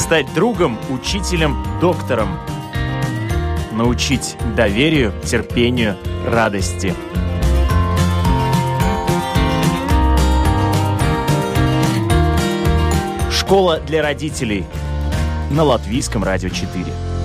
стать другом, учителем, доктором. Научить доверию, терпению, радости. Школа для родителей на Латвийском радио 4.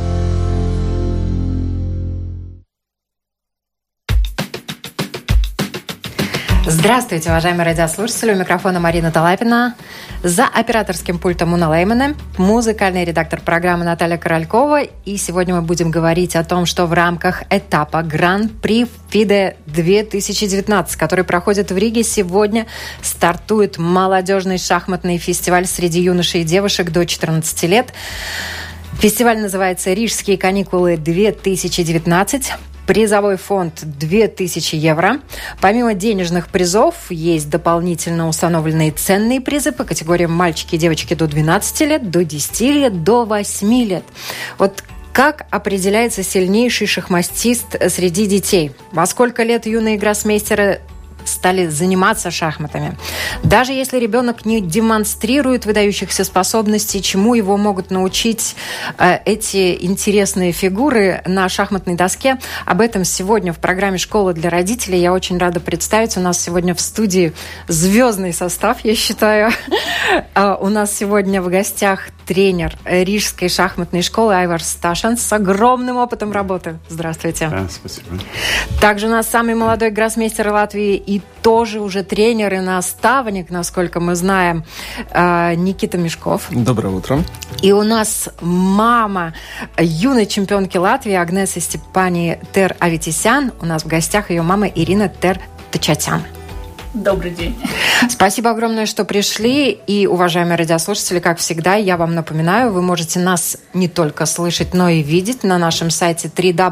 Здравствуйте, уважаемые радиослушатели. У микрофона Марина Талапина. За операторским пультом Уна Леймана, музыкальный редактор программы Наталья Королькова. И сегодня мы будем говорить о том, что в рамках этапа Гран-при ФИДЕ 2019, который проходит в Риге, сегодня стартует молодежный шахматный фестиваль среди юношей и девушек до 14 лет. Фестиваль называется «Рижские каникулы 2019». Призовой фонд 2000 евро. Помимо денежных призов, есть дополнительно установленные ценные призы по категориям мальчики и девочки до 12 лет, до 10 лет, до 8 лет. Вот как определяется сильнейший шахматист среди детей? Во сколько лет юные гроссмейстеры стали заниматься шахматами? Даже если ребенок не демонстрирует выдающихся способностей, чему его могут научить эти интересные фигуры на шахматной доске, об этом сегодня в программе «Школа для родителей». Я очень рада представить. У нас сегодня в студии звездный состав, я считаю. У нас сегодня в гостях тренер Рижской шахматной школы Айварс Сташанс с огромным опытом работы. Здравствуйте. Да, спасибо. Также у нас самый молодой гроссмейстер Латвии и тоже уже тренер и наставник, насколько мы знаем, Никита Мешков. Доброе утро. И у нас мама юной чемпионки Латвии Агнесы Степани Тер-Аветисян. У нас в гостях ее мама Ирина Тер-Тачатян. Добрый день. Спасибо огромное, что пришли. И, уважаемые радиослушатели, как всегда, я вам напоминаю, вы можете нас не только слышать, но и видеть на нашем сайте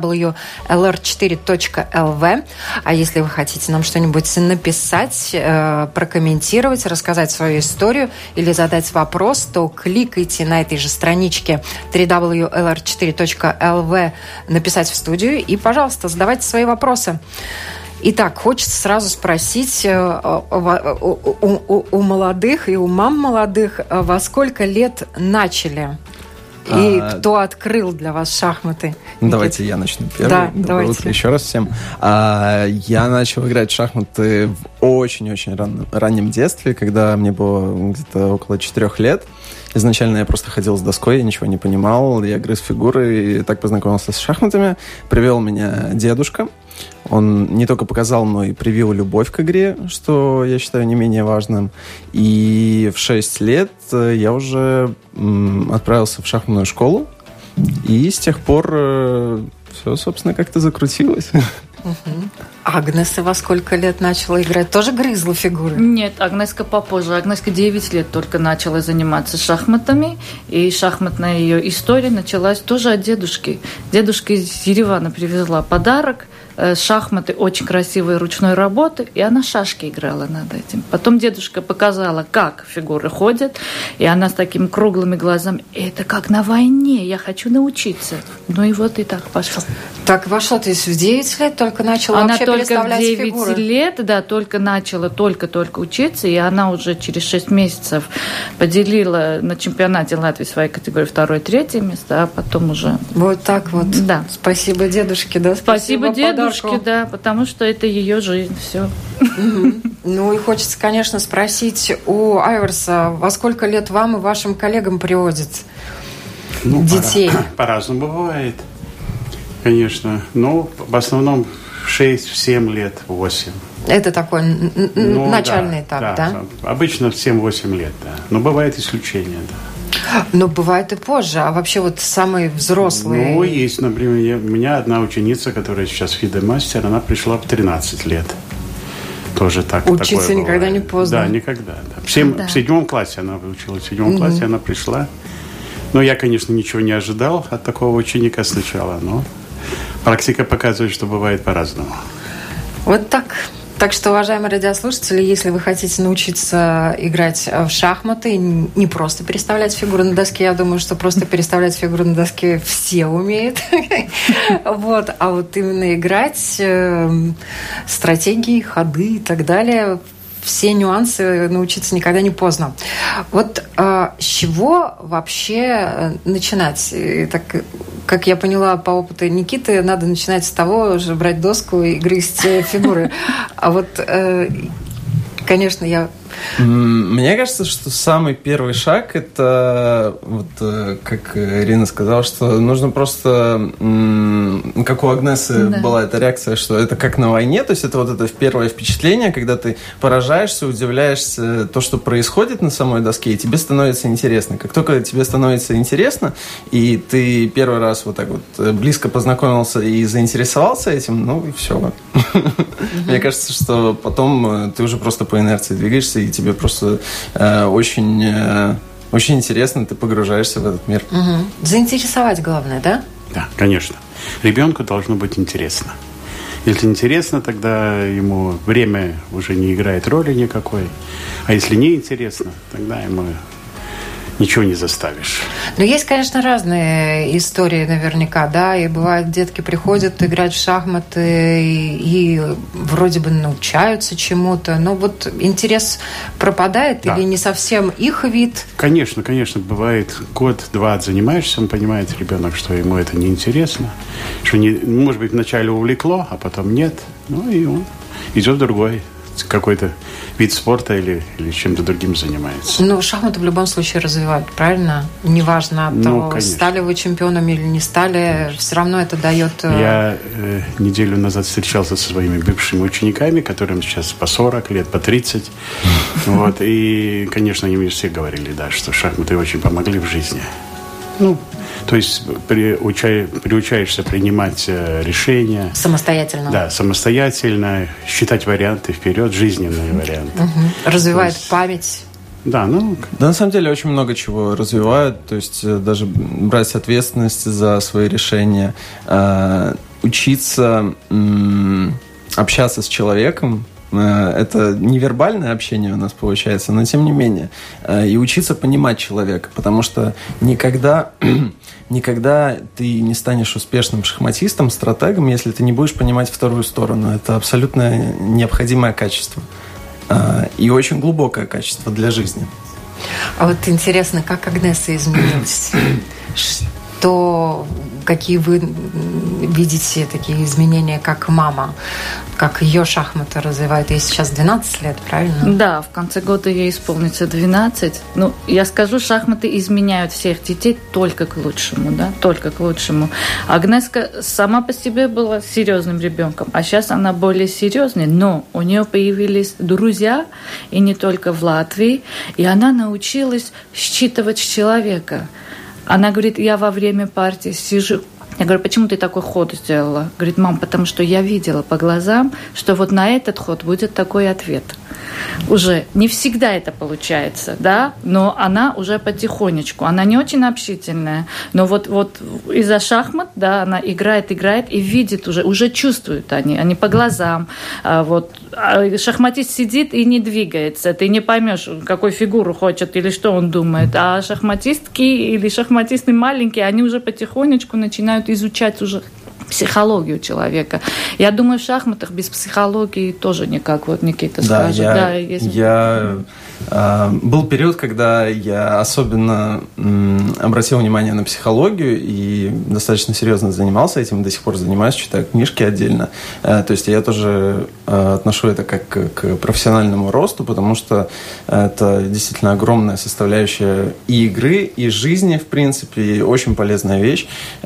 www.lr4.lv. А если вы хотите нам что-нибудь написать, прокомментировать, рассказать свою историю или задать вопрос, то кликайте на этой же страничке www.lr4.lv, написать в студию и, пожалуйста, задавайте свои вопросы. Итак, хочется сразу спросить у молодых и у мам молодых, во сколько лет начали? И кто открыл для вас шахматы? Давайте я начну первый. Да, Доброе давайте. утро еще раз всем. Я начал играть в шахматы в очень-очень раннем детстве, когда мне было где-то около 4 лет. Изначально я просто ходил с доской, я ничего не понимал, я грыз фигуры и так познакомился с шахматами. Привел меня дедушка. Он не только показал, но и привил любовь к игре, что я считаю не менее важным. И в 6 лет я уже отправился в шахматную школу. И с тех пор все, собственно, как-то закрутилось. Агнеса во сколько лет начала играть? Тоже грызла фигуры? Нет, Агнеска попозже. Агнеска 9 лет только начала заниматься шахматами. И шахматная ее история началась тоже от дедушки. Дедушка из Еревана привезла подарок. Шахматы очень красивой ручной работы, и она шашки играла над этим. Потом дедушка показала, как фигуры ходят, и она с такими круглыми глазами: это как на войне, я хочу научиться. Ну и вот и так пошло. Так вошло, то есть в 9 лет только начала она вообще переставлять фигуры? Она только в 9 лет, да, только начала только учиться, и она уже через 6 месяцев поделила на чемпионате Латвии своей категории 2-3 место, а потом уже... Вот так вот. Да. Спасибо дедушке, да? Спасибо дедушке, да, потому что это ее жизнь, все. Ну и хочется, конечно, спросить у Айварса, во сколько лет вам и вашим коллегам приводят детей? По-разному бывает, конечно. Но в основном 6-7 лет, 8. Это такой начальный этап, да? Обычно 7-8 лет, да. Но бывает исключение, да. Но бывает и позже. А вообще вот самые взрослые... Ну, есть, например, у меня одна ученица, которая сейчас фидемастер, она пришла в 13 лет. Тоже так. Учиться никогда не поздно. Да, никогда. Да. В 7 классе она выучилась. В 7 классе она пришла. Но я, конечно, ничего не ожидал от такого ученика сначала, но практика показывает, что бывает по-разному. Вот так. Так что, уважаемые радиослушатели, если вы хотите научиться играть в шахматы, не просто переставлять фигуры на доске, я думаю, что просто переставлять фигуры на доске все умеют. Вот. А вот именно играть, стратегии, ходы и так далее, все нюансы научиться никогда не поздно. Вот с чего вообще начинать? Так, как я поняла по опыту Никиты, надо начинать с того, же брать доску и грызть фигуры. А вот, конечно, Мне кажется, что самый первый шаг – это, вот, как Ирина сказала, что нужно просто, как у Агнесы была эта реакция, что это как на войне, то есть это вот это первое впечатление, когда ты поражаешься, удивляешься то, что происходит на самой доске, и тебе становится интересно. Как только тебе становится интересно, и ты первый раз вот так вот близко познакомился и заинтересовался этим, ну и все. Мне кажется, что потом ты уже просто по инерции двигаешься, и тебе просто очень интересно, ты погружаешься в этот мир. Заинтересовать главное, да? Да, конечно. Ребенку должно быть интересно. Если интересно, тогда ему время уже не играет роли никакой. А если не интересно, тогда ему ничего не заставишь. Но есть, конечно, разные истории наверняка, да, и бывает, детки приходят играть в шахматы и вроде бы научаются чему-то, но вот интерес пропадает или не совсем их вид? Конечно, бывает, год-два занимаешься, он понимает, ребенок, что ему это неинтересно, что, может быть, вначале увлекло, а потом нет, ну и он идет в другой какой-то вид спорта или чем-то другим занимается. Ну, шахматы в любом случае развивают, правильно? Неважно, стали вы чемпионами или не стали, конечно. Все равно это дает... Я неделю назад встречался со своими бывшими учениками, которым сейчас по 40 лет, по 30. Вот, и, конечно, они мне все говорили, да, что шахматы очень помогли в жизни. Ну, то есть приучаешься принимать решения. Самостоятельно. Да, самостоятельно, считать варианты вперед, жизненные варианты. Развивает память. Да, на самом деле очень много чего развивают, то есть даже брать ответственность за свои решения, учиться общаться с человеком. Это невербальное общение у нас получается, но тем не менее. И учиться понимать человека, потому что никогда ты не станешь успешным шахматистом, стратегом, если ты не будешь понимать вторую сторону. Это абсолютно необходимое качество. И очень глубокое качество для жизни. А вот интересно, как Агнеса изменилась? Какие вы видите такие изменения, как мама, как ее шахматы развивают? Ей сейчас 12 лет, правильно? Да, в конце года ей исполнится 12. Ну, я скажу, шахматы изменяют всех детей только к лучшему, да, только к лучшему. Агнеска сама по себе была серьезным ребенком, а сейчас она более серьезная, но у нее появились друзья, и не только в Латвии, и она научилась считывать человека. Она говорит, я во время партии сижу. Я говорю, почему ты такой ход сделала? Говорит, мам, потому что я видела по глазам, что вот на этот ход будет такой ответ. Уже не всегда это получается, да, но она уже потихонечку, она не очень общительная, но вот из-за шахмат, да, она играет и видит уже чувствуют они по глазам, шахматист сидит и не двигается, ты не поймешь, какую фигуру хочет или что он думает, а шахматистки или шахматисты маленькие, они уже потихонечку начинают изучать уже психологию человека. Я думаю, в шахматах без психологии тоже никак, вот Никита скажет. Был период, когда я особенно обратил внимание на психологию и достаточно серьезно занимался этим, до сих пор занимаюсь, читаю книжки отдельно. То есть я тоже отношу это как к профессиональному росту, потому что это действительно огромная составляющая и игры, и жизни, в принципе, и очень полезная вещь.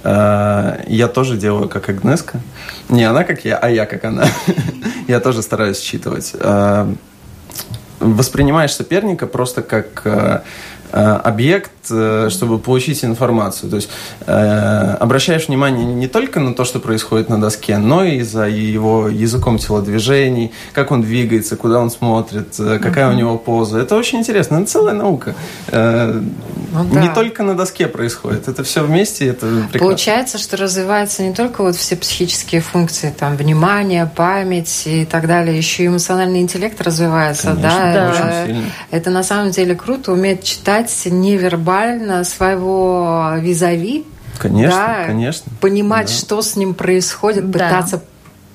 Я тоже делаю как Агнеска. Не она как я, а я как она. Я тоже стараюсь считывать. Воспринимаешь соперника просто как объект, чтобы получить информацию. То есть обращаешь внимание не только на то, что происходит на доске, но и за его языком телодвижений, как он двигается, куда он смотрит, какая у него поза. Это очень интересно. Это целая наука. Не только на доске происходит. Это все вместе, это прекрасно. Получается, что развиваются не только вот все психические функции, там, внимание, память и так далее, еще и эмоциональный интеллект развивается. Конечно, да? Это на самом деле круто, уметь читать невербально своего визави. Конечно, да, конечно. Понимать, что с ним происходит, пытаться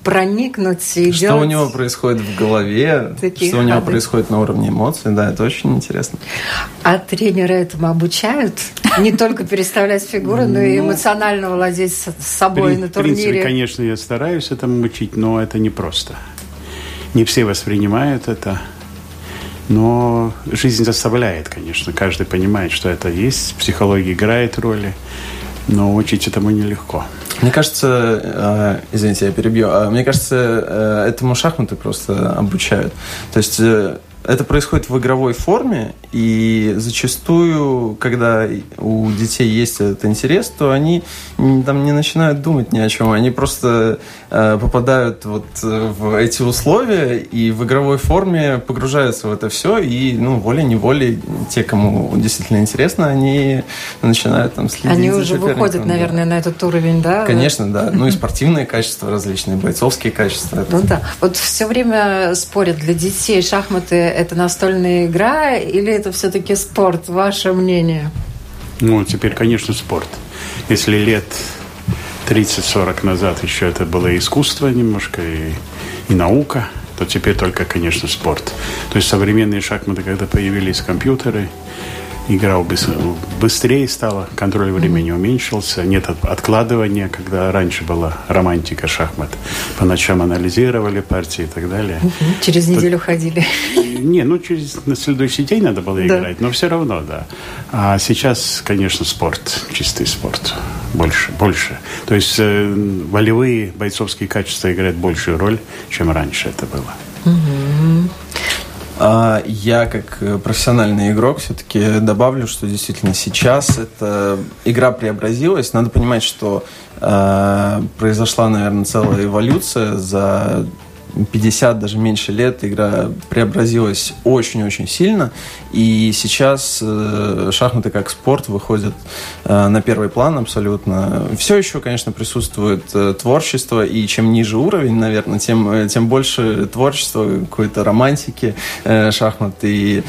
проникнуть и что у него происходит в голове, что у него происходит на уровне эмоций, да, это очень интересно. А тренеры этому обучают? Не только переставлять фигуры, но и эмоционально владеть с собой на турнире? В принципе, конечно, я стараюсь этому учить, но это непросто. Не все воспринимают это. Но жизнь заставляет, конечно. Каждый понимает, что это есть. Психология играет роли. Но учить этому нелегко. Мне кажется, извините, я перебью. Мне кажется, этому шахматы просто обучают. То есть это происходит в игровой форме, и зачастую, когда у детей есть этот интерес, то они там не начинают думать ни о чем. Они просто попадают вот в эти условия и в игровой форме погружаются в это все, и волей-неволей те, кому действительно интересно, они начинают там следить они за уже выходят, наверное, на этот уровень, да? Конечно, да. Ну и спортивные качества различные, бойцовские качества. Ну да. Вот все время спорят, для детей шахматы это настольная игра или это все-таки спорт? Ваше мнение? Ну, теперь, конечно, спорт. Если лет 30-40 назад еще это было искусство немножко и наука, то теперь только, конечно, спорт. То есть современные шахматы, когда появились компьютеры, игра быстрее стала, контроль времени уменьшился, нет откладывания, когда раньше была романтика шахмат. По ночам анализировали партии и так далее. Через неделю ходили. На следующий день надо было играть, но все равно, да. А сейчас, конечно, спорт, чистый спорт. Больше. То есть волевые бойцовские качества играют большую роль, чем раньше это было. Я, как профессиональный игрок, все-таки добавлю, что действительно сейчас эта игра преобразилась. Надо понимать, что произошла, наверное, целая эволюция за 50, даже меньше лет. Игра преобразилась очень-очень сильно. И сейчас шахматы как спорт выходят на первый план абсолютно. Все еще, конечно, присутствует творчество. И чем ниже уровень, наверное, тем больше творчества, какой-то романтики шахмат. И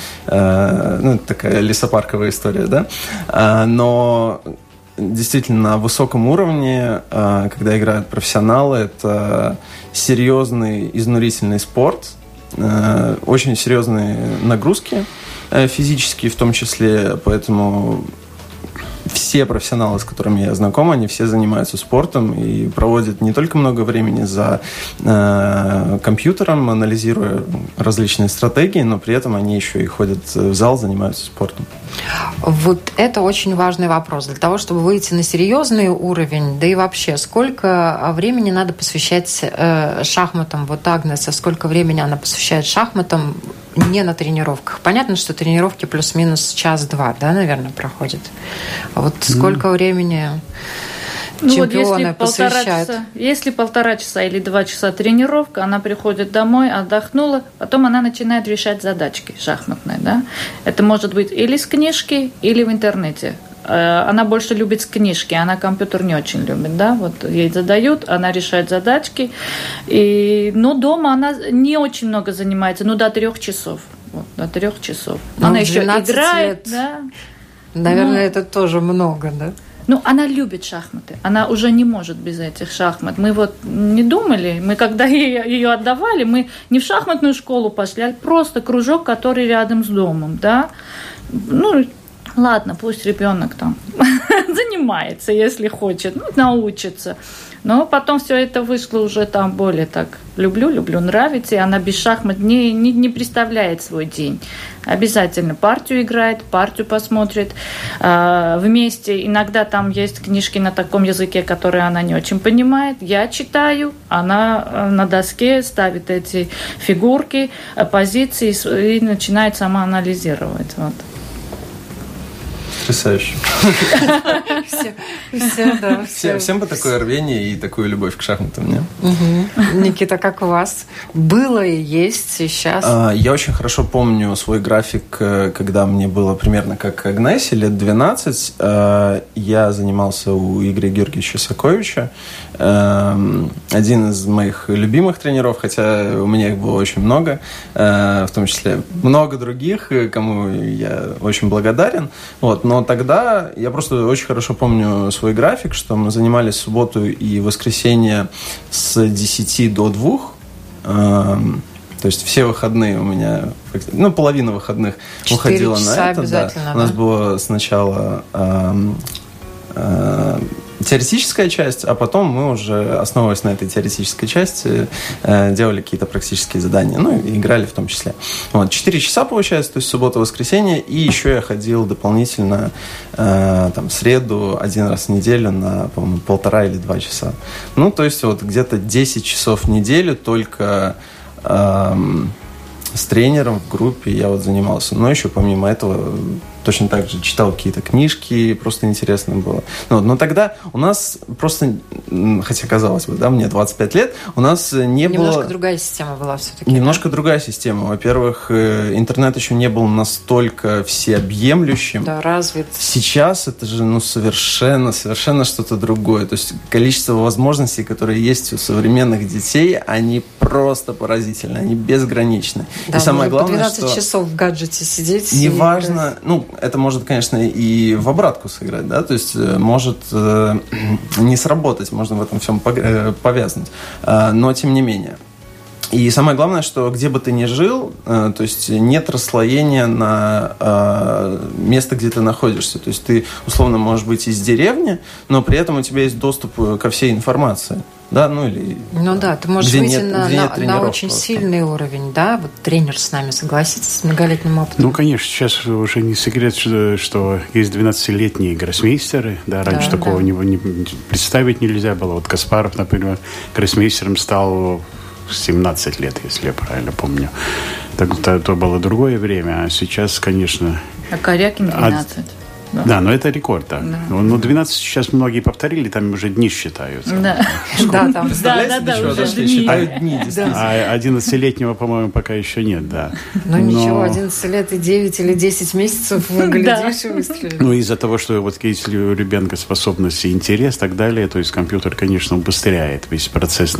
такая лесопарковая история, да? Но действительно на высоком уровне, когда играют профессионалы, это серьезный, изнурительный спорт, очень серьезные нагрузки физические в том числе, поэтому все профессионалы, с которыми я знаком, они все занимаются спортом и проводят не только много времени за компьютером, анализируя различные стратегии, но при этом они еще и ходят в зал, занимаются спортом. Вот это очень важный вопрос. Для того, чтобы выйти на серьезный уровень, да и вообще, сколько времени надо посвящать шахматам? Вот Агнеса, сколько времени она посвящает шахматам не на тренировках? Понятно, что тренировки плюс-минус час-два, да, наверное, проходят. А вот сколько времени чемпионы посвящают? Если 1,5 часа или 2 часа тренировка, она приходит домой, отдохнула, потом она начинает решать задачки шахматные, да? Это может быть или с книжки, или в интернете. Она больше любит с книжки, она компьютер не очень любит, да, вот ей задают, она решает задачки, но дома она не очень много занимается, до 3 часов, до 3 часов. Она еще играет, лет. Да? Наверное, это тоже много, да? Она любит шахматы. Она уже не может без этих шахмат. Мы не думали, мы когда ее отдавали, мы не в шахматную школу пошли, а просто кружок, который рядом с домом, да. Ладно, пусть ребенок там занимается, если хочет, научится. Но потом все это вышло уже там более так. Люблю, нравится. И она без шахмат не представляет свой день. Обязательно партию играет, партию посмотрит. Вместе иногда там есть книжки на таком языке, который она не очень понимает. Я читаю, она на доске ставит эти фигурки, позиции и начинает сама анализировать. Потрясающе. Всем бы такое рвение и такую любовь к шахматам, не? Никита, как у вас? Было и есть сейчас? Я очень хорошо помню свой график, когда мне было примерно как Агнесе, лет 12. Я занимался у Игоря Георгиевича Саковича. Один из моих любимых тренеров, хотя у меня их было очень много, в том числе много других, кому я очень благодарен. Но Но тогда я просто очень хорошо помню свой график, что мы занимались в субботу и воскресенье с 10 до 2. То есть все выходные у меня, половина выходных уходила на это. Да. У нас было сначала теоретическая часть, а потом мы уже, основываясь на этой теоретической части, делали какие-то практические задания, и играли в том числе. 4 часа получается, то есть суббота-воскресенье, и еще я ходил дополнительно в среду 1 раз в неделю на, по-моему, 1,5 или 2 часа. То есть где-то 10 часов в неделю только с тренером в группе я занимался. Но еще помимо этого точно так же читал какие-то книжки, просто интересно было. Но тогда у нас просто, хотя казалось бы, мне 25 лет, у нас не было... Немножко другая система была все-таки. Немножко другая система. Во-первых, интернет еще не был настолько всеобъемлющим. Да, развит. Сейчас это же совершенно что-то другое. То есть количество возможностей, которые есть у современных детей, они просто поразительны, они безграничны. Да, и самое главное, по 12 часов в гаджете сидеть. Неважно, это может, конечно, и в обратку сыграть, да, то есть может не сработать, можно в этом всем повязнуть, но тем не менее. И самое главное, что где бы ты ни жил, то есть нет расслоения на место, где ты находишься. То есть ты, условно, можешь быть из деревни, но при этом у тебя есть доступ ко всей информации. Да, ты можешь выйти на очень сильный уровень, да? Тренер с нами согласится с многолетним опытом. Конечно, сейчас уже не секрет, что есть 12-летние гроссмейстеры, да, раньше такого не представить нельзя было. Каспаров, например, гроссмейстером стал в 17 лет, если я правильно помню. То было другое время, а сейчас, конечно... А Корякин 12. Да, но это рекорд, да. 12 сейчас многие повторили, там уже дни считаются. Да, там. Уже считают дни, действительно. А 11-летнего, по-моему, пока еще нет, да. Ничего, 11 лет и 9 или 10 месяцев глядишь и выстрелишь. Из-за того, что если у ребенка способность и интерес, так далее, то есть компьютер, конечно, убыстряет весь процесс.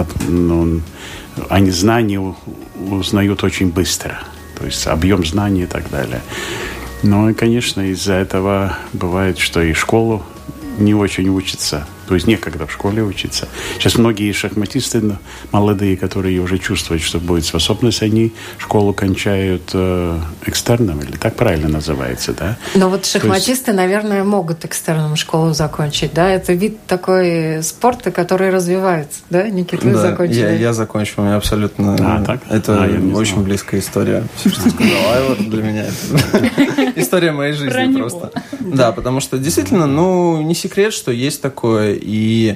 Они знания узнают очень быстро. То есть объем знаний и так далее. И, конечно, из-за этого бывает, что и школу не очень учатся. То есть некогда в школе учиться. Сейчас многие шахматисты молодые, которые уже чувствуют, что будет способность, они школу кончают экстерном, или так правильно называется, да? Но шахматисты, наверное, могут экстерном школу закончить, да? Это вид такой спорта, который развивается, да? Никита, вы закончили? Я закончил, у меня абсолютно... так? Это очень близкая история. Все, что сказал Айвар, для меня это история моей жизни просто. Да, потому что действительно, не секрет, что есть такое. И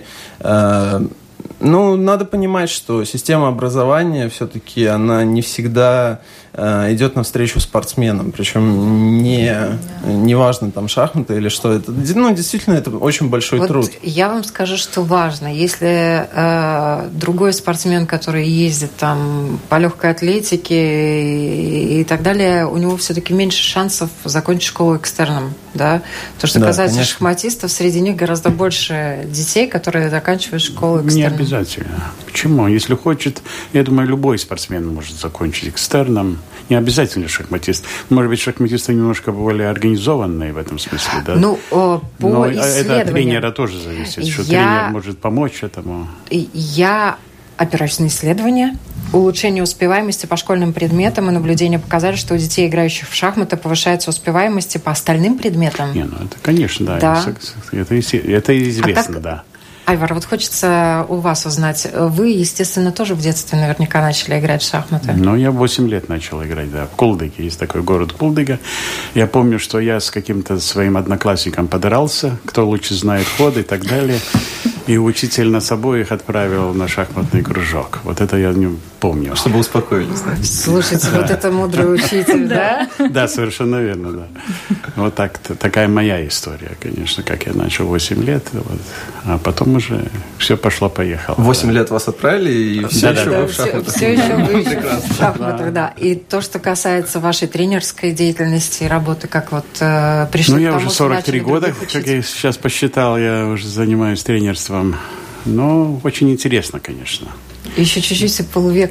надо понимать, что система образования все-таки она не всегда идет навстречу спортсменам. Причем не важно там шахматы или что. Это, действительно, это очень большой труд. Я вам скажу, что важно. Если другой спортсмен, который ездит там по легкой атлетике и так далее, у него все-таки меньше шансов закончить школу экстерном. Да? То, что касается шахматистов, среди них гораздо больше детей, которые заканчивают школу экстерном. Не обязательно. Почему? Если хочет, я думаю, любой спортсмен может закончить экстерном. Не обязательно шахматист. Может быть, шахматисты немножко более организованные в этом смысле, да? По исследованиям. Это от тренера тоже зависит, что тренер может помочь этому. Я опираюсь на исследования. Улучшение успеваемости по школьным предметам и наблюдения показали, что у детей, играющих в шахматы, повышается успеваемость по остальным предметам. Это, конечно, да. Это известно, да. Айвар, хочется у вас узнать. Вы, естественно, тоже в детстве наверняка начали играть в шахматы. Я в 8 лет начал играть, да. В Кулдыге. Есть такой город Кулдыга. Я помню, что я с каким-то своим одноклассником подрался, кто лучше знает ход и так далее. И учитель нас обоих отправил на шахматный кружок. Это я не помню. Чтобы успокоились, да? Слушайте, это мудрый учитель, да? Да, совершенно верно, да. Такая моя история, конечно, как я начал 8 лет. А потом уже все пошло-поехало. 8 лет вас отправили, и все еще вы в шахматах. Все еще вы в шахматах, да. И то, что касается вашей тренерской деятельности и работы, как пришли к тому, я уже 43 года, как я сейчас посчитал, я уже занимаюсь тренерством. Очень интересно, конечно. Еще чуть-чуть и полвека.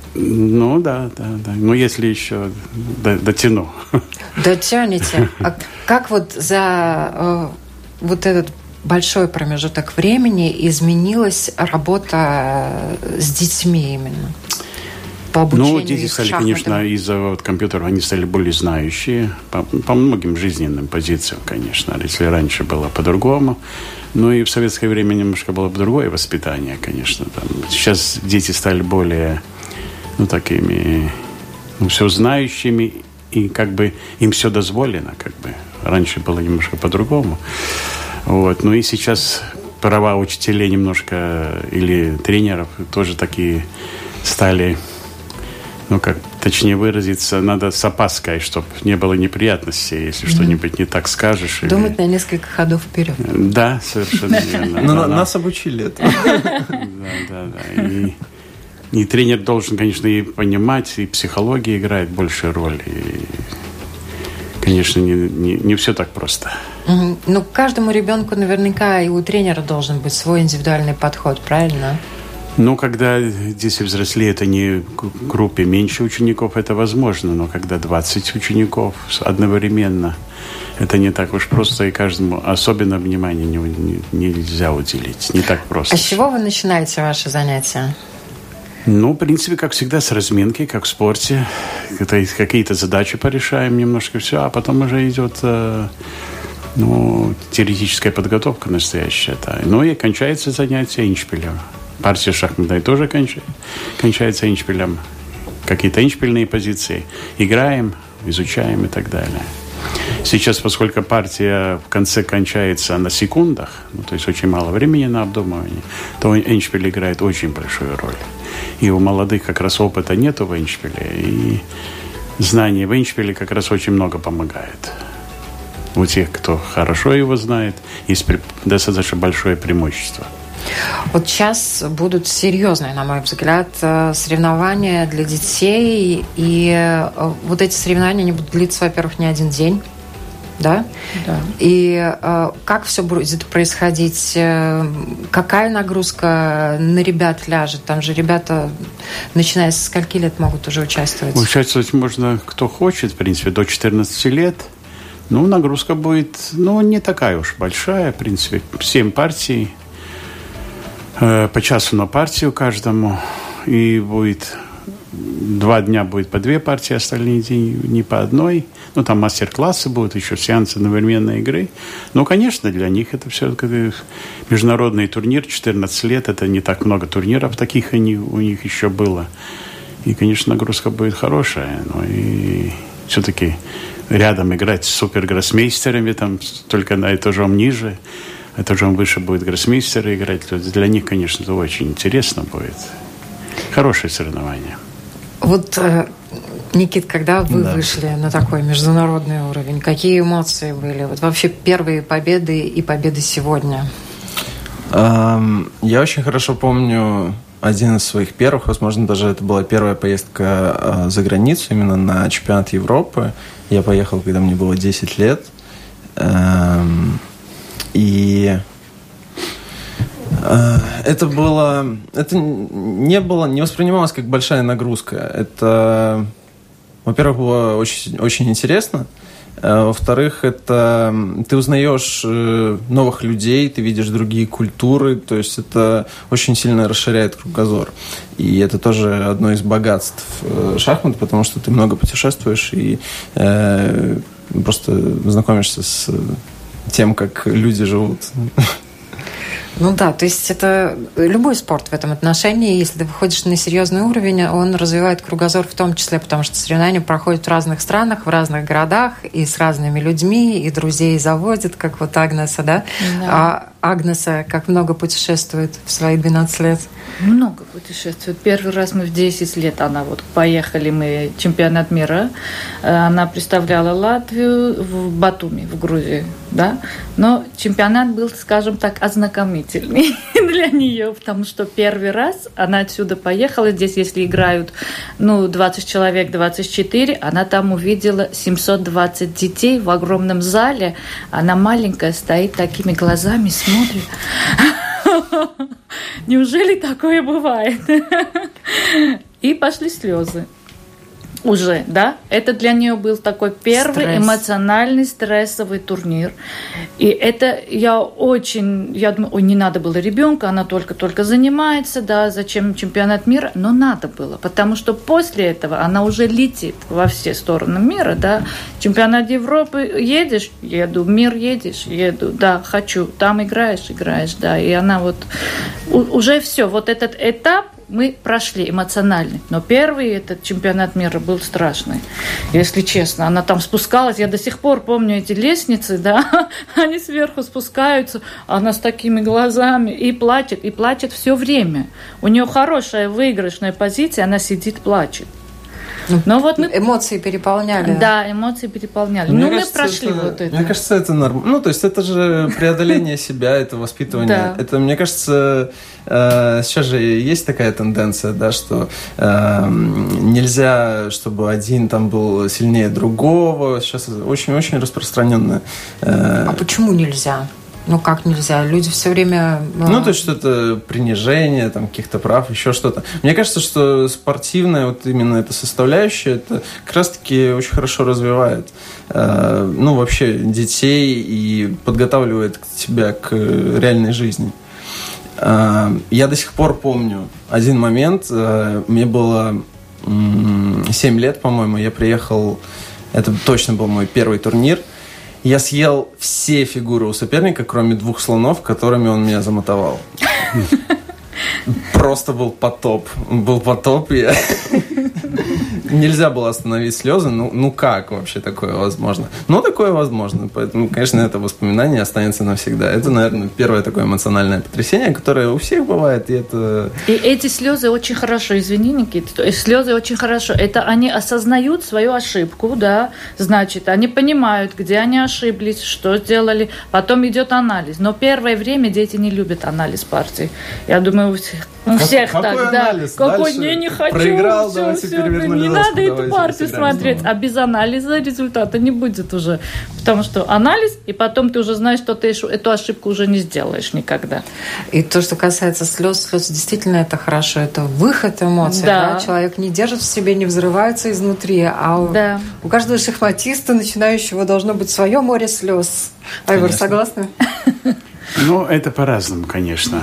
Ну, да. Ну, если еще дотяну. Дотянете. А как вот за вот этот большой промежуток времени изменилась работа с детьми именно? По обучению. Ну, дети стали, конечно, из-за компьютеров, они стали более знающие по многим жизненным позициям, конечно. Если раньше было по-другому, ну и в советское время немножко было другое воспитание, конечно. Сейчас дети стали более, такими, все знающими, и как бы им все дозволено, как бы. Раньше было немножко по-другому. Вот. Ну и сейчас права учителей немножко, или тренеров тоже такие стали, точнее выразиться, надо с опаской, чтобы не было неприятностей, если что-нибудь не так скажешь. Думать на несколько ходов вперед. Да, совершенно верно. Но нас обучили этому. Да. И тренер должен, конечно, и понимать, и психология играет большую роль. И, конечно, не все так просто. Ну, каждому ребенку наверняка и у тренера должен быть свой индивидуальный подход, правильно? Ну, когда дети взрослеют, они в группе меньше учеников, это возможно. Но когда 20 учеников одновременно, это не так уж просто, и каждому особенно внимание нельзя уделить. Не так просто. А с чего вы начинаете ваши занятия? Ну, в принципе, как всегда, с разминки, как в спорте. Это какие-то задачи порешаем немножко, все, а потом уже идет теоретическая подготовка настоящая. Ну и кончается занятие эндшпилем. Партия шахматная тоже кончается эндшпилем. Какие-то эндшпильные позиции. Играем, изучаем и так далее. Сейчас, поскольку партия в конце кончается на секундах, то есть очень мало времени на обдумывание, то эндшпиль играет очень большую роль. И у молодых как раз опыта нету в эндшпиле, и знание в эндшпиле как раз очень много помогает. У тех, кто хорошо его знает, есть достаточно большое преимущество. Вот сейчас будут серьезные, на мой взгляд, соревнования для детей. И вот эти соревнования, они будут длиться, во-первых, не один день. Да? Да. И как все будет происходить? Какая нагрузка на ребят ляжет? Там же ребята, начиная со скольки лет, могут уже участвовать? Участвовать можно, кто хочет, в принципе, до 14 лет. Ну, нагрузка будет, не такая уж большая, в принципе. 7 партий. По часу на партию каждому. И будет 2 дня будет по 2 партии, остальные дни не по одной. Там мастер-классы будут, еще сеансы одновременной игры. Конечно, для них это все-таки международный турнир, 14 лет, это не так много турниров, таких у них еще было. И, конечно, нагрузка будет хорошая. И все-таки рядом играть с супергроссмейстерами, только на этажом ниже, этажом выше будет гроссмейстеры играть. Для них, конечно, это очень интересно будет. Хорошее соревнование. Вот, Никит, когда вы вышли на такой международный уровень, какие эмоции были? Вот вообще первые победы и победы сегодня. Я очень хорошо помню один из своих первых, возможно, даже это была первая поездка за границу, именно на чемпионат Европы. Я поехал, когда мне было 10 лет. И это не воспринималось как большая нагрузка. Это, во-первых, было очень, очень интересно. Во-вторых, это ты узнаешь новых людей, ты видишь другие культуры, то есть это очень сильно расширяет кругозор. И это тоже одно из богатств шахмат, потому что ты много путешествуешь и просто знакомишься с тем, как люди живут. Ну да, то есть это любой спорт в этом отношении. Если ты выходишь на серьезный уровень, он развивает кругозор в том числе, потому что соревнования проходят в разных странах, в разных городах и с разными людьми, и друзей заводят, как вот Агнеса, да? А Агнеса как много путешествует в свои 12 лет? Много путешествует. Первый раз мы в 10 лет, поехали мы чемпионат мира. Она представляла Латвию в Батуми, в Грузии, да? Но чемпионат был, скажем так, ознакомительный для нее, потому что первый раз она отсюда поехала. Здесь, если играют 20 человек, 24, она там увидела 720 детей в огромном зале. Она маленькая, стоит такими глазами, смотрит. Неужели такое бывает? и пошли слезы. Уже, да? Это для нее был такой первый эмоциональный стрессовый турнир. И это я думаю, ой, не надо было ребенка, она только занимается, да, зачем чемпионат мира? Но надо было, потому что после этого она уже летит во все стороны мира, да. Чемпионат Европы едешь? Еду. Мир едешь? Еду. Да, хочу. Там играешь, да. И она вот уже все, вот этот этап мы прошли эмоционально. Но первый этот чемпионат мира был страшный. Если честно, она там спускалась. Я до сих пор помню эти лестницы, да, они сверху спускаются, она с такими глазами и плачет все время. У нее хорошая выигрышная позиция, она сидит, плачет. Но вот мы... Эмоции переполняли. Да, эмоции переполняли. Но мы прошли вот это. Мне кажется, это нормально. Ну, то есть это же преодоление себя, это воспитывание. Это, мне кажется, сейчас же есть такая тенденция, да, что нельзя, чтобы один там был сильнее другого. Сейчас очень-очень распространенная. А почему нельзя? Ну, как нельзя? Люди все время... Ну, то есть что-то принижение, там, каких-то прав, еще что-то. Мне кажется, что спортивная вот именно эта составляющая, это как раз-таки очень хорошо развивает, ну, вообще детей и подготавливает тебя к реальной жизни. Я до сих пор помню один момент. Мне было 7 лет, по-моему, я приехал... Это точно был мой первый турнир. Я съел все фигуры у соперника, кроме 2 слонов, которыми он меня замотовал. Просто был потоп. Нельзя было остановить слезы. Ну как вообще такое возможно? Но такое возможно. Поэтому, конечно, это воспоминание останется навсегда. Это, наверное, первое такое эмоциональное потрясение, которое у всех бывает. И эти слезы очень хорошо, извини, Никита, слезы очень хорошо. Это они осознают свою ошибку, да, значит, они понимают, где они ошиблись, что сделали. Потом идет анализ. Но первое время дети не любят анализ партий. Я думаю, у всех так, анализ? Да. Какой не хочу. Проиграл, все, не надо эту партию смотреть. А без анализа результата не будет уже. Потому что анализ, и потом ты уже знаешь, что ты эту ошибку уже не сделаешь никогда. И то, что касается слез действительно это хорошо. Это выход эмоций. Да. Человек не держит в себе, не взрывается изнутри. А у каждого шахматиста, начинающего, должно быть свое море слез. Айвар, согласны? Ну, это по-разному, конечно.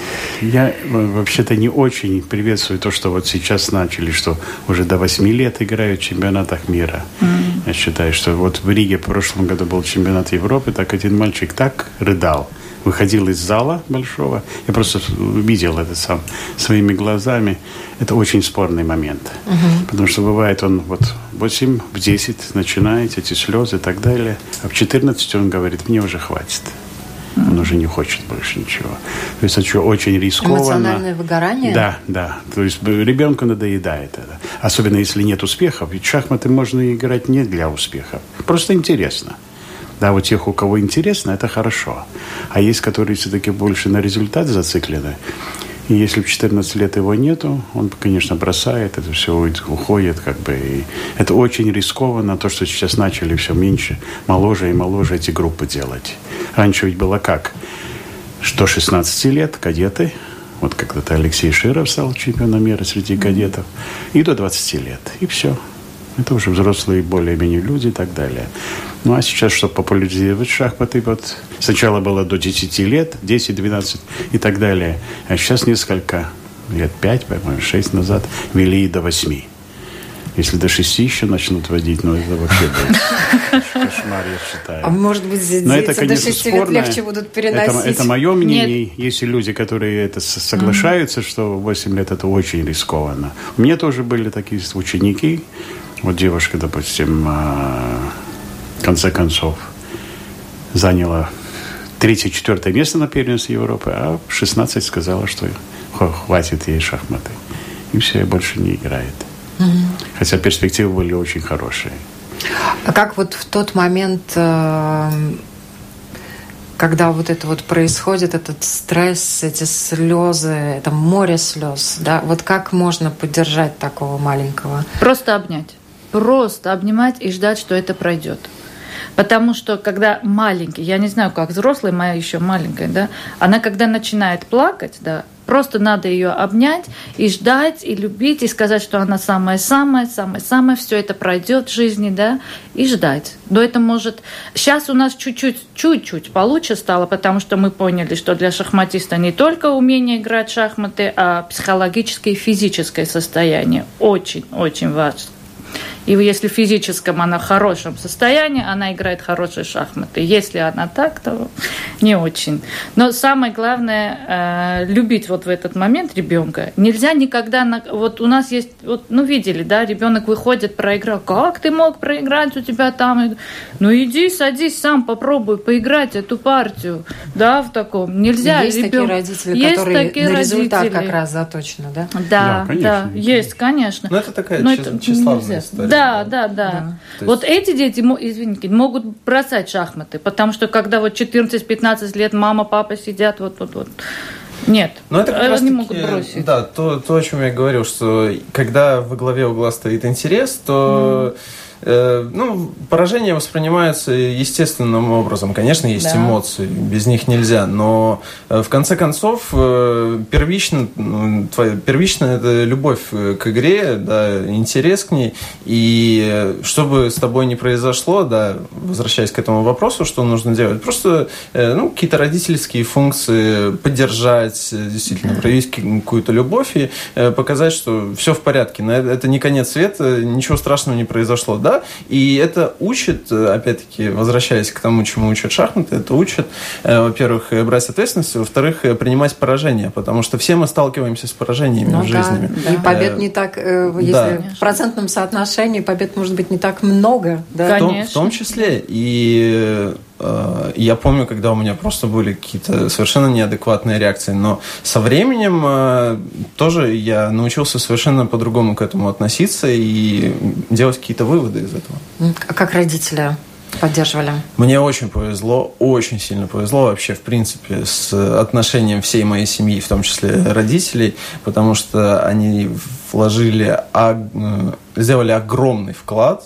Я вообще-то не очень приветствую то, что вот сейчас начали, что уже до 8 лет играют в чемпионатах мира. Я считаю, что вот в Риге в прошлом году был чемпионат Европы, так один мальчик так рыдал. Выходил из зала большого. Я просто видел это сам своими глазами. Это очень спорный момент. Потому что бывает он вот в 8, в 10 начинает эти слезы и так далее. А в 14 он говорит, мне уже хватит. Он уже не хочет больше ничего. То есть это очень рискованно. Эмоциональное выгорание? Да. То есть ребенку надоедает это. Особенно если нет успехов. Ведь шахматы можно играть не для успехов. Просто интересно. Да, вот тех, у кого интересно, это хорошо. А есть, которые все-таки больше на результат зациклены. И если в 14 лет его нету, он, конечно, бросает, это все уходит, как бы. И это очень рискованно, то, что сейчас начали все меньше, моложе и моложе эти группы делать. Раньше ведь было как? Что 16 лет, кадеты, вот когда-то Алексей Широв стал чемпионом мира среди кадетов, и до 20 лет, и все. Это уже взрослые более-менее люди и так далее. Ну, а сейчас, чтобы популяризировать шахматы, вот сначала было до 10 лет, 10, 12 и так далее. А сейчас несколько лет, 5, по-моему, 6 назад, ввели и до 8. Если до 6 еще начнут водить, ну, это вообще будет кошмар, я считаю. А может быть, дети до 6 лет легче будут переносить? Это мое мнение. Есть люди, которые это соглашаются, что 8 лет это очень рискованно. У меня тоже были такие ученики. Вот девушка, допустим, в конце концов заняла 3-4 место на первенстве Европы, а в 16 сказала, что хватит ей шахматы. И все, и больше не играет. Хотя перспективы были очень хорошие. А как вот в тот момент, когда вот это вот происходит, этот стресс, эти слезы, это море слез, да, вот как можно поддержать такого маленького? Просто обнять. Просто обнимать и ждать, что это пройдет. Потому что, когда маленький, я не знаю, как взрослый, моя еще маленькая, да, она когда начинает плакать, да, просто надо ее обнять и ждать, и любить, и сказать, что она самая-самая, все это пройдет в жизни, да, и ждать. Но это может... Сейчас у нас чуть-чуть получше стало, потому что мы поняли, что для шахматиста не только умение играть в шахматы, а психологическое и физическое состояние очень-очень важно. И если в физическом она в хорошем состоянии, она играет хорошие шахматы. Если она так, то не очень. Но самое главное любить вот в этот момент ребенка. Нельзя никогда... Вот у нас есть... Вот, ну, видели, да, ребенок выходит, проиграл. Как ты мог проиграть? У тебя там... Ну, иди, садись сам, попробуй поиграть эту партию. Да, в таком. Нельзя. Есть такие родители, есть которые такие на результат родители. Как раз заточены, да? Да, конечно, есть, конечно. Но это такая тщеславная история. Да. Вот эти дети, извините, могут бросать шахматы, потому что когда вот 14-15 лет мама, папа сидят вот. Нет, но это как раз они таки, могут бросить. Да, то, о чем я говорил, что когда во главе угла стоит интерес, то... поражение воспринимается естественным образом. Конечно, есть эмоции, без них нельзя. Но в конце концов, первично это любовь к игре, да, интерес к ней. И что бы с тобой ни произошло, да, возвращаясь к этому вопросу, что нужно делать? Просто какие-то родительские функции поддержать, действительно, проявить какую-то любовь и показать, что все в порядке. Это не конец света, ничего страшного не произошло. Да? И это учит, опять-таки, возвращаясь к тому, чему учат шахматы, это учит, во-первых, брать ответственность, во-вторых, принимать поражения, потому что все мы сталкиваемся с поражениями в жизни. Да. И побед не так, если в процентном соотношении побед может быть не так много. Да? В том числе. И я помню, когда у меня просто были какие-то совершенно неадекватные реакции, но со временем тоже я научился совершенно по-другому к этому относиться и делать какие-то выводы из этого. А как родители поддерживали? Мне очень повезло, очень сильно повезло вообще, в принципе, с отношением всей моей семьи, в том числе родителей, потому что они сделали огромный вклад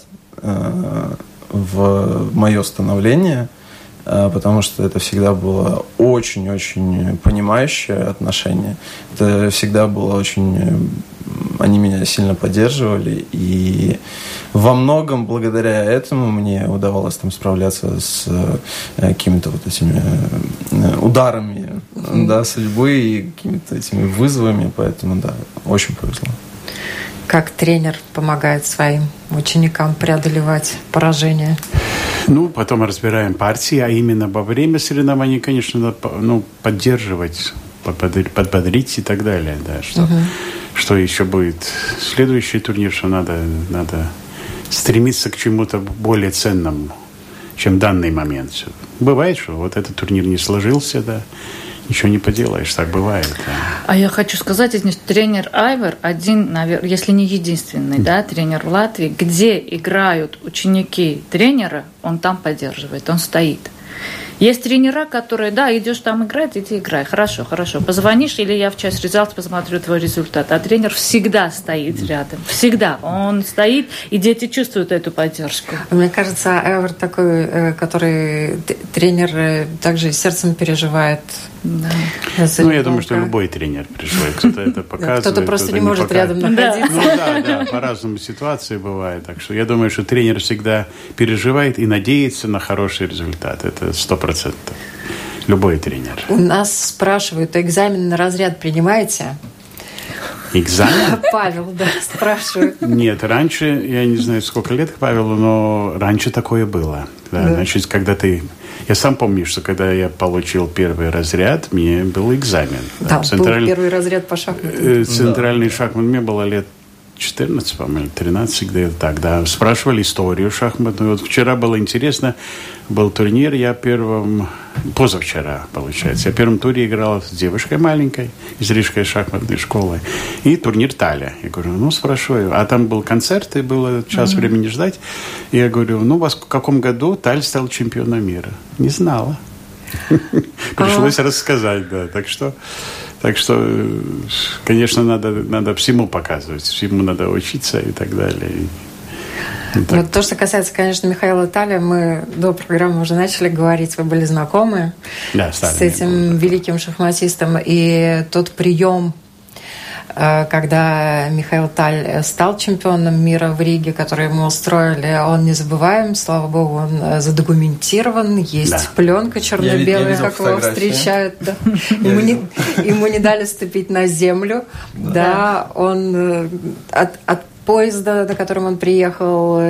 в мое становление, потому что это всегда было очень-очень понимающее отношение. Это всегда было очень... Они меня сильно поддерживали, и во многом благодаря этому мне удавалось там справляться с какими-то вот этими ударами, да, судьбы и какими-то этими вызовами, поэтому, да, очень повезло. Как тренер помогает своим ученикам преодолевать поражения? Потом разбираем партии, а именно во время соревнований, конечно, надо поддерживать, подбодрить и так далее. Да, что еще будет следующий турнир, что надо стремиться к чему-то более ценному, чем данный момент. Бывает, что вот этот турнир не сложился, да, ничего не поделаешь, так бывает. Да. А я хочу сказать, тренер Айвар один, наверное, если не единственный, да, тренер в Латвии, где играют ученики тренера, он там поддерживает, он стоит. Есть тренера, которые, да, идешь там играть, иди играй, хорошо. Позвонишь, или я в час результат посмотрю твой результат. А тренер всегда стоит рядом, всегда. Он стоит, и дети чувствуют эту поддержку. Мне кажется, Айвар такой, который тренер также сердцем переживает. Да. Я думаю, что любой тренер переживает. Кто-то это показывает. Кто-то просто не может рядом находиться. Да, по-разному ситуации бывает. Так что я думаю, что тренер всегда переживает и надеется на хороший результат. Это 100%. Любой тренер. У нас спрашивают, экзамен на разряд принимаете? Экзамен? Павел, да, спрашивает. Нет, раньше, я не знаю, сколько лет Павелу, но раньше такое было. Да. Значит, когда ты... Я сам помню, что когда я получил первый разряд, мне был экзамен. Да, был первый разряд по шахматам. Центральный шахмат, мне было лет 14, по-моему, 13, где-то так, да. Спрашивали историю шахматную. Вот вчера было интересно, был турнир, позавчера, получается, я в первом туре играл с девушкой маленькой из Рижской шахматной школы, и турнир Таля. Я говорю, спрашиваю, а там был концерт, и было час времени ждать, и я говорю, у вас в каком году Таль стал чемпионом мира? Не знала. Пришлось рассказать, да, так что, конечно, надо всему показывать, всему надо учиться и так далее. Вот то, что касается, конечно, Михаила Талия, мы до программы уже начали говорить, вы были знакомы с этим великим шахматистом. И тот прием, когда Михаил Таль стал чемпионом мира в Риге, который ему устроили, он незабываем, слава богу, он задокументирован, есть пленка черно-белая, как его встречают. Да. Ему не дали ступить на землю. Да, он от поезда, на котором он приехал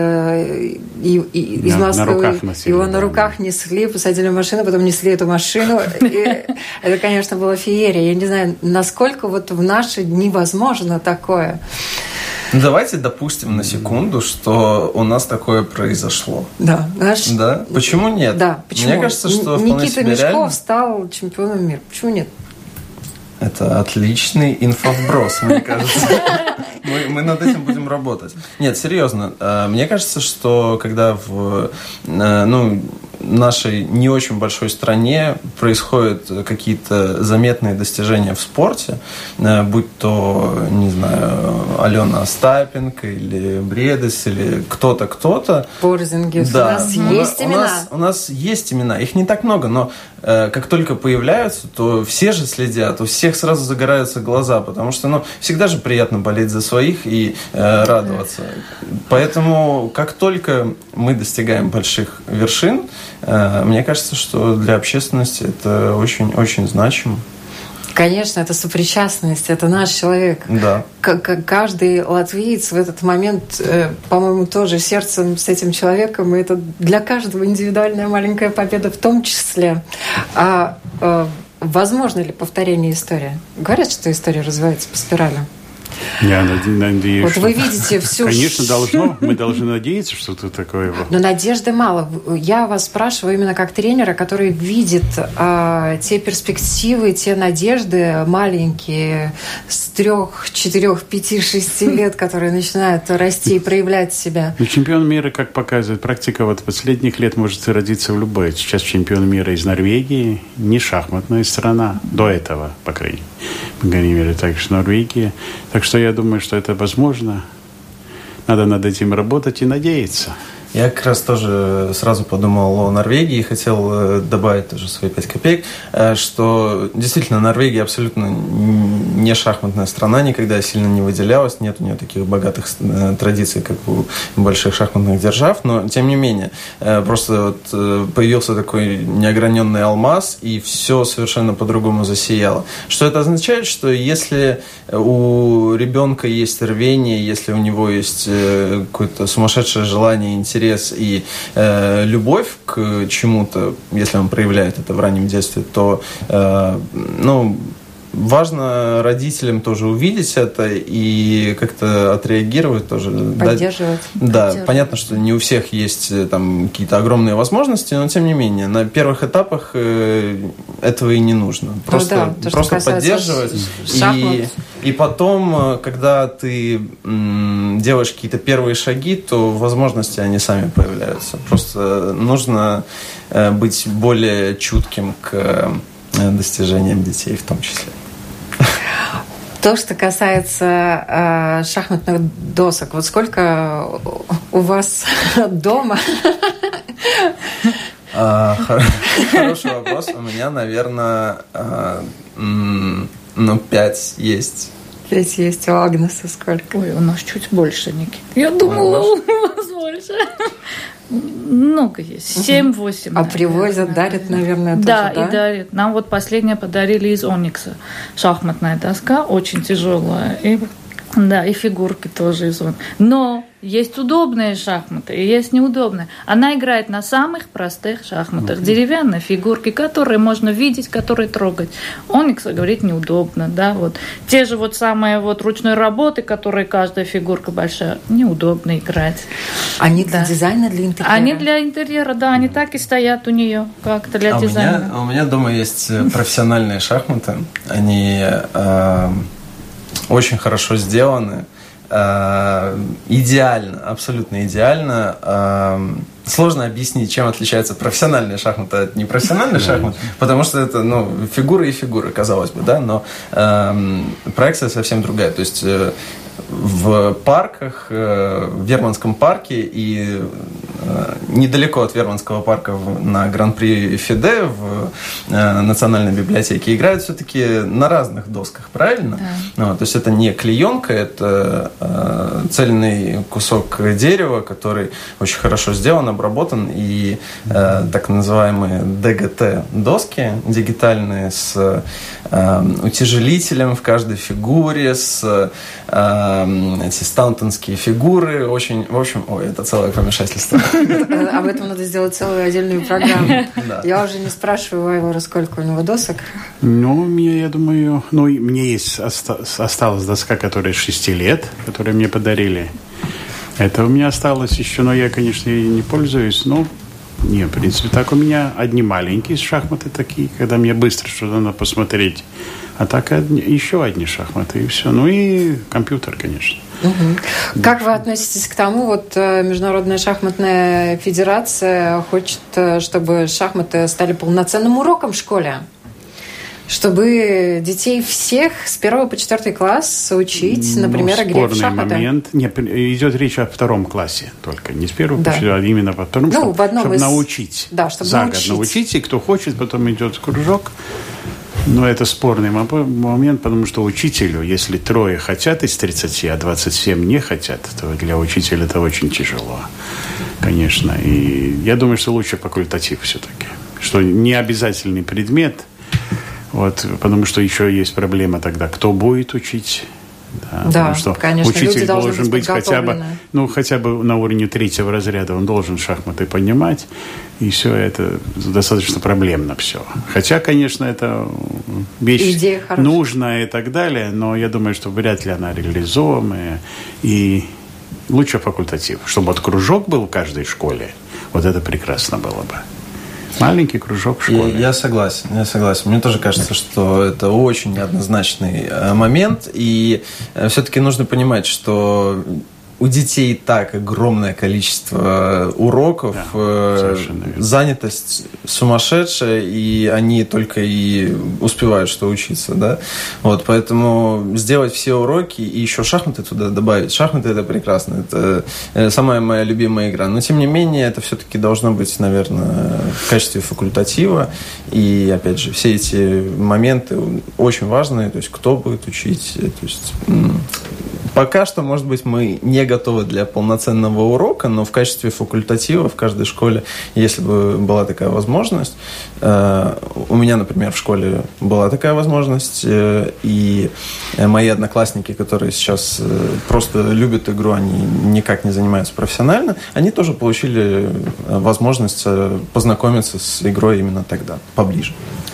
из Москвы, его на руках несли, посадили в машину, потом несли эту машину. И это, конечно, была феерия. Я не знаю, насколько вот в наши дни возможно такое. Давайте допустим на секунду, что у нас такое произошло. Да. Да? Почему нет? Да, почему? Мне кажется, что Никита Мешков стал чемпионом мира. Почему нет? Это отличный инфовброс, мне кажется. Мы над этим будем работать. Нет, серьезно. Мне кажется, что когда в нашей не очень большой стране происходят какие-то заметные достижения в спорте, будь то, не знаю, Алена Остапенко или Бредес, или кто-то. Порзингис. Да. У нас есть имена. У нас есть имена. Их не так много, но как только появляются, то все же следят, у всех сразу загораются глаза, потому что всегда же приятно болеть за своих и радоваться. Поэтому как только мы достигаем больших вершин, мне кажется, что для общественности это очень-очень значимо. Конечно, это сопричастность, это наш человек. Да. Каждый латвиец в этот момент, по-моему, тоже сердцем с этим человеком, и это для каждого индивидуальная маленькая победа в том числе. Возможно ли повторение истории? Говорят, что история развивается по спирали. Я надеюсь, вот вы видите всю... Конечно, мы должны надеяться, что это такое. Но надежды мало. Я вас спрашиваю именно как тренера, который видит те перспективы, те надежды маленькие с 3, 4, 5, 6 лет, которые начинают расти и проявлять себя. Чемпион мира, как показывает практика, последних лет может родиться в любой. Сейчас чемпион мира из Норвегии, не шахматная страна, до этого, по крайней мере, также Норвегия. Так что я думаю, что это возможно. Надо над этим работать и надеяться. Я как раз тоже сразу подумал о Норвегии и хотел добавить тоже свои 5 копеек, что действительно Норвегия абсолютно не шахматная страна, никогда сильно не выделялась, нет у нее таких богатых традиций, как у больших шахматных держав, но тем не менее, просто появился такой неограненный алмаз, и все совершенно по-другому засияло. Что это означает? Что если у ребенка есть рвение, если у него есть какое-то сумасшедшее желание, интерес и любовь к чему-то, если он проявляет это в раннем детстве, то важно родителям тоже увидеть это и как-то отреагировать тоже. Поддерживать. Да, понятно, что не у всех есть там какие-то огромные возможности, но тем не менее, на первых этапах этого и не нужно. Просто поддерживать. И потом, когда ты делаешь какие-то первые шаги, то возможности, они сами появляются. Просто нужно быть более чутким к достижениям детей в том числе. То, что касается шахматных досок, вот сколько у вас дома? Хороший вопрос. У меня, наверное, 5 есть. 5 есть. У Агнесы сколько? Ой, у нас чуть больше, Ники. Я думала, у вас больше. Много есть. 7-8. А привозят, дарят, наверное, тоже, да? Да, и дарят. Нам вот последнее подарили из оникса. Шахматная доска, очень тяжелая. И фигурки тоже из оникса. Но есть удобные шахматы и есть неудобные. Она играет на самых простых шахматах. Деревянные фигурки, которые можно видеть, которые трогать. Оникса, говорит, неудобно. Да? Вот. Те же самые ручной работы, которые каждая фигурка большая, неудобно играть. Они для дизайна, для интерьера? Они для интерьера, да. Они так и стоят у нее, как-то для дизайна. У меня дома есть профессиональные шахматы. Они очень хорошо сделаны. Идеально, абсолютно идеально. Сложно объяснить, чем отличается профессиональная шахмата от непрофессиональной шахматы, потому что это фигуры и фигуры, казалось бы, да, но проекция совсем другая. То есть в парках, в Верманском парке и недалеко от Верманского парка на Гран-при Фиде в Национальной библиотеке играют все-таки на разных досках, правильно? Да. То есть это не клеенка, это цельный кусок дерева, который очень хорошо сделан, обработан, и так называемые ДГТ-доски дигитальные с утяжелителем в каждой фигуре, с эти стаунтонские фигуры, очень, в общем, это целое помешательство. Об этом надо сделать целую отдельную программу. Я уже не спрашиваю Айвара, сколько у него досок. Я думаю, мне осталась доска, которая 6 лет, которую мне подарили. Это у меня осталось еще, но я, конечно, ей не пользуюсь. В принципе, так у меня одни маленькие шахматы такие, когда мне быстро что-то надо посмотреть. А так еще одни шахматы, и все. И компьютер, конечно. Угу. Как вы относитесь к тому, Международная шахматная федерация хочет, чтобы шахматы стали полноценным уроком в школе? Чтобы детей всех с 1 по 4 класс учить, например, игре в шахматы? Момент. Нет, идет речь о 2 классе только. Не с 1 по 4, а именно по 2, чтобы научить. Да, чтобы за год научить. И кто хочет, потом идет в кружок. Но это спорный момент, потому что учителю, если 3 хотят из 30, а 27 не хотят, то для учителя это очень тяжело, конечно. И я думаю, что лучше факультатив все-таки. Что не обязательный предмет, потому что еще есть проблема тогда, кто будет учить. Да, потому что конечно, учитель должен быть хотя бы на уровне 3-го разряда, он должен шахматы понимать, и все это достаточно проблемно все. Хотя, конечно, это вещь нужная и так далее, но я думаю, что вряд ли она реализуемая, и лучше факультатив. Чтобы кружок был в каждой школе, это прекрасно было бы. Маленький кружок в школе. Я согласен. Мне тоже кажется, что это очень неоднозначный момент. И все-таки нужно понимать, что у детей так огромное количество уроков, занятость сумасшедшая, и они только и успевают что учиться, да? Поэтому сделать все уроки и еще шахматы туда добавить. Шахматы – это прекрасно, это самая моя любимая игра. Но, тем не менее, это все-таки должно быть, наверное, в качестве факультатива. И, опять же, все эти моменты очень важные, то есть кто будет учить, то есть... Пока что, может быть, мы не готовы для полноценного урока, но в качестве факультатива в каждой школе, если бы была такая возможность, у меня, например, в школе была такая возможность, и мои одноклассники, которые сейчас просто любят игру, они никак не занимаются профессионально, они тоже получили возможность познакомиться с игрой именно тогда, поближе.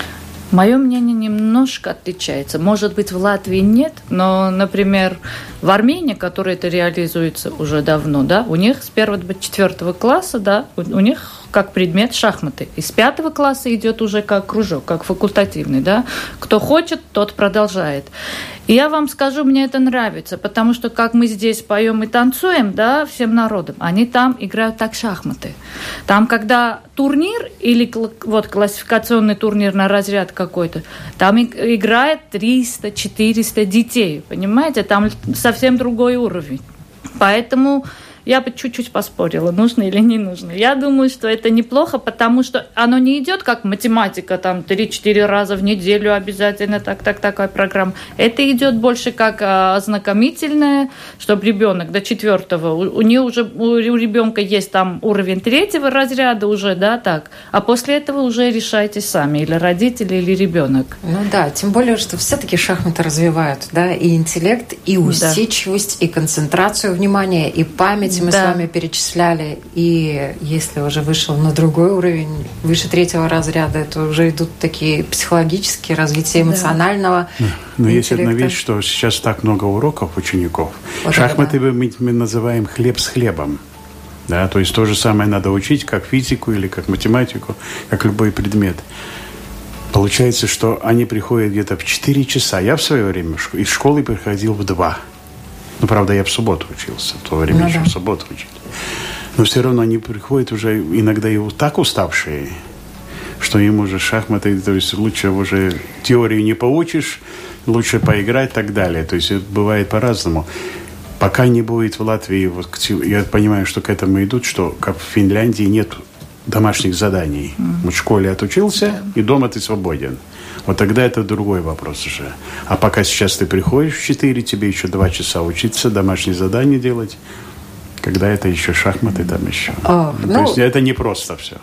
Мое мнение немножко отличается. Может быть, в Латвии нет, но, например, в Армении, которая это реализуется уже давно, да, у них с 1 до 4 класса, да, у них как предмет шахматы. И с 5 класса идет уже как кружок, как факультативный, да. Кто хочет, тот продолжает. И я вам скажу, мне это нравится, потому что как мы здесь поем и танцуем, да, всем народом, они там играют так шахматы. Там, когда турнир или классификационный турнир на разряд какой-то, там играет 300-400 детей, понимаете? Там совсем другой уровень. Поэтому я бы чуть-чуть поспорила, нужно или не нужно. Я думаю, что это неплохо, потому что оно не идет как математика, там 3-4 раза в неделю обязательно такая программа. Это идет больше как ознакомительное, чтобы ребенок до 4-го, у ребенка есть там уровень 3-го разряда уже, да, так. А после этого уже решайте сами, или родители, или ребенок. Тем более, что все-таки шахматы развивают, да, и интеллект, и усидчивость, и концентрацию внимания, и память. Мы с вами перечисляли, и если уже вышел на другой уровень, выше 3-го разряда, это уже идут такие психологические, развитие эмоционального интеллекта. Но есть одна вещь, что сейчас так много уроков учеников. Шахматы мы называем хлеб с хлебом. Да, то есть то же самое надо учить, как физику или как математику, как любой предмет. Получается, что они приходят где-то в 4 часа. Я в свое время из школы приходил в 2. Правда, я в субботу учился, в то время еще в субботу учили. Но все равно они приходят уже иногда и так уставшие, что им уже шахматы, то есть лучше уже теорию не поучишь, лучше поиграть и так далее. То есть это бывает по-разному. Пока не будет в Латвии, я понимаю, что к этому идут, что как в Финляндии нет домашних заданий. Вот в школе отучился, и дома ты свободен. Вот тогда это другой вопрос уже. А пока сейчас ты приходишь в 4, тебе еще 2 часа учиться, домашние задания делать, когда это еще шахматы там еще. То есть это не просто все.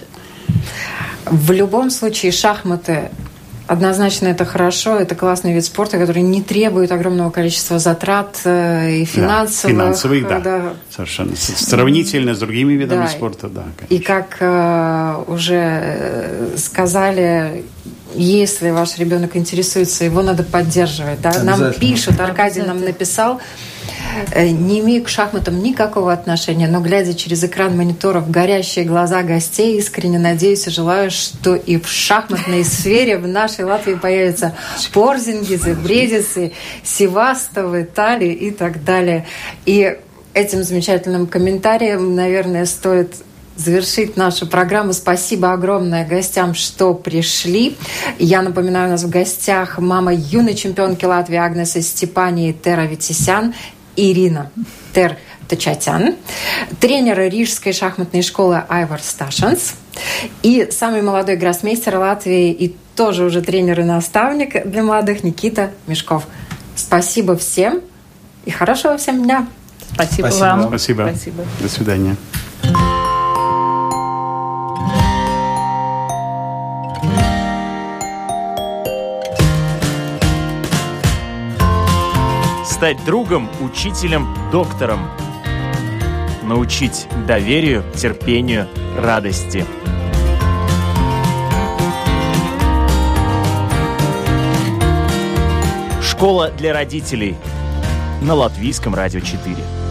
В любом случае шахматы однозначно это хорошо, это классный вид спорта, который не требует огромного количества затрат и финансовых. Да, финансовых, да. Совершенно. Сравнительно с другими видами спорта, да. Конечно. И как уже сказали, если ваш ребенок интересуется, его надо поддерживать. Да? Нам пишут, Аркадий нам написал, не имею к шахматам никакого отношения, но, глядя через экран мониторов в горящие глаза гостей, искренне надеюсь и желаю, что и в шахматной сфере в нашей Латвии появятся Порзингизы, Бредисы, Севастовы, Тали и так далее. И этим замечательным комментарием, наверное, стоит завершить нашу программу. Спасибо огромное гостям, что пришли. Я напоминаю, у нас в гостях мама юной чемпионки Латвии Агнесы Степании Теравитисян, Ирина Тачатян, тренер Рижской шахматной школы Айвар Сташанс и самый молодой гроссмейстер Латвии и тоже уже тренер и наставник для молодых Никита Мешков. Спасибо всем и хорошего всем дня. Спасибо вам. Спасибо. До свидания. Стать другом, учителем, доктором. Научить доверию, терпению, радости. Школа для родителей на Латвийском радио 4.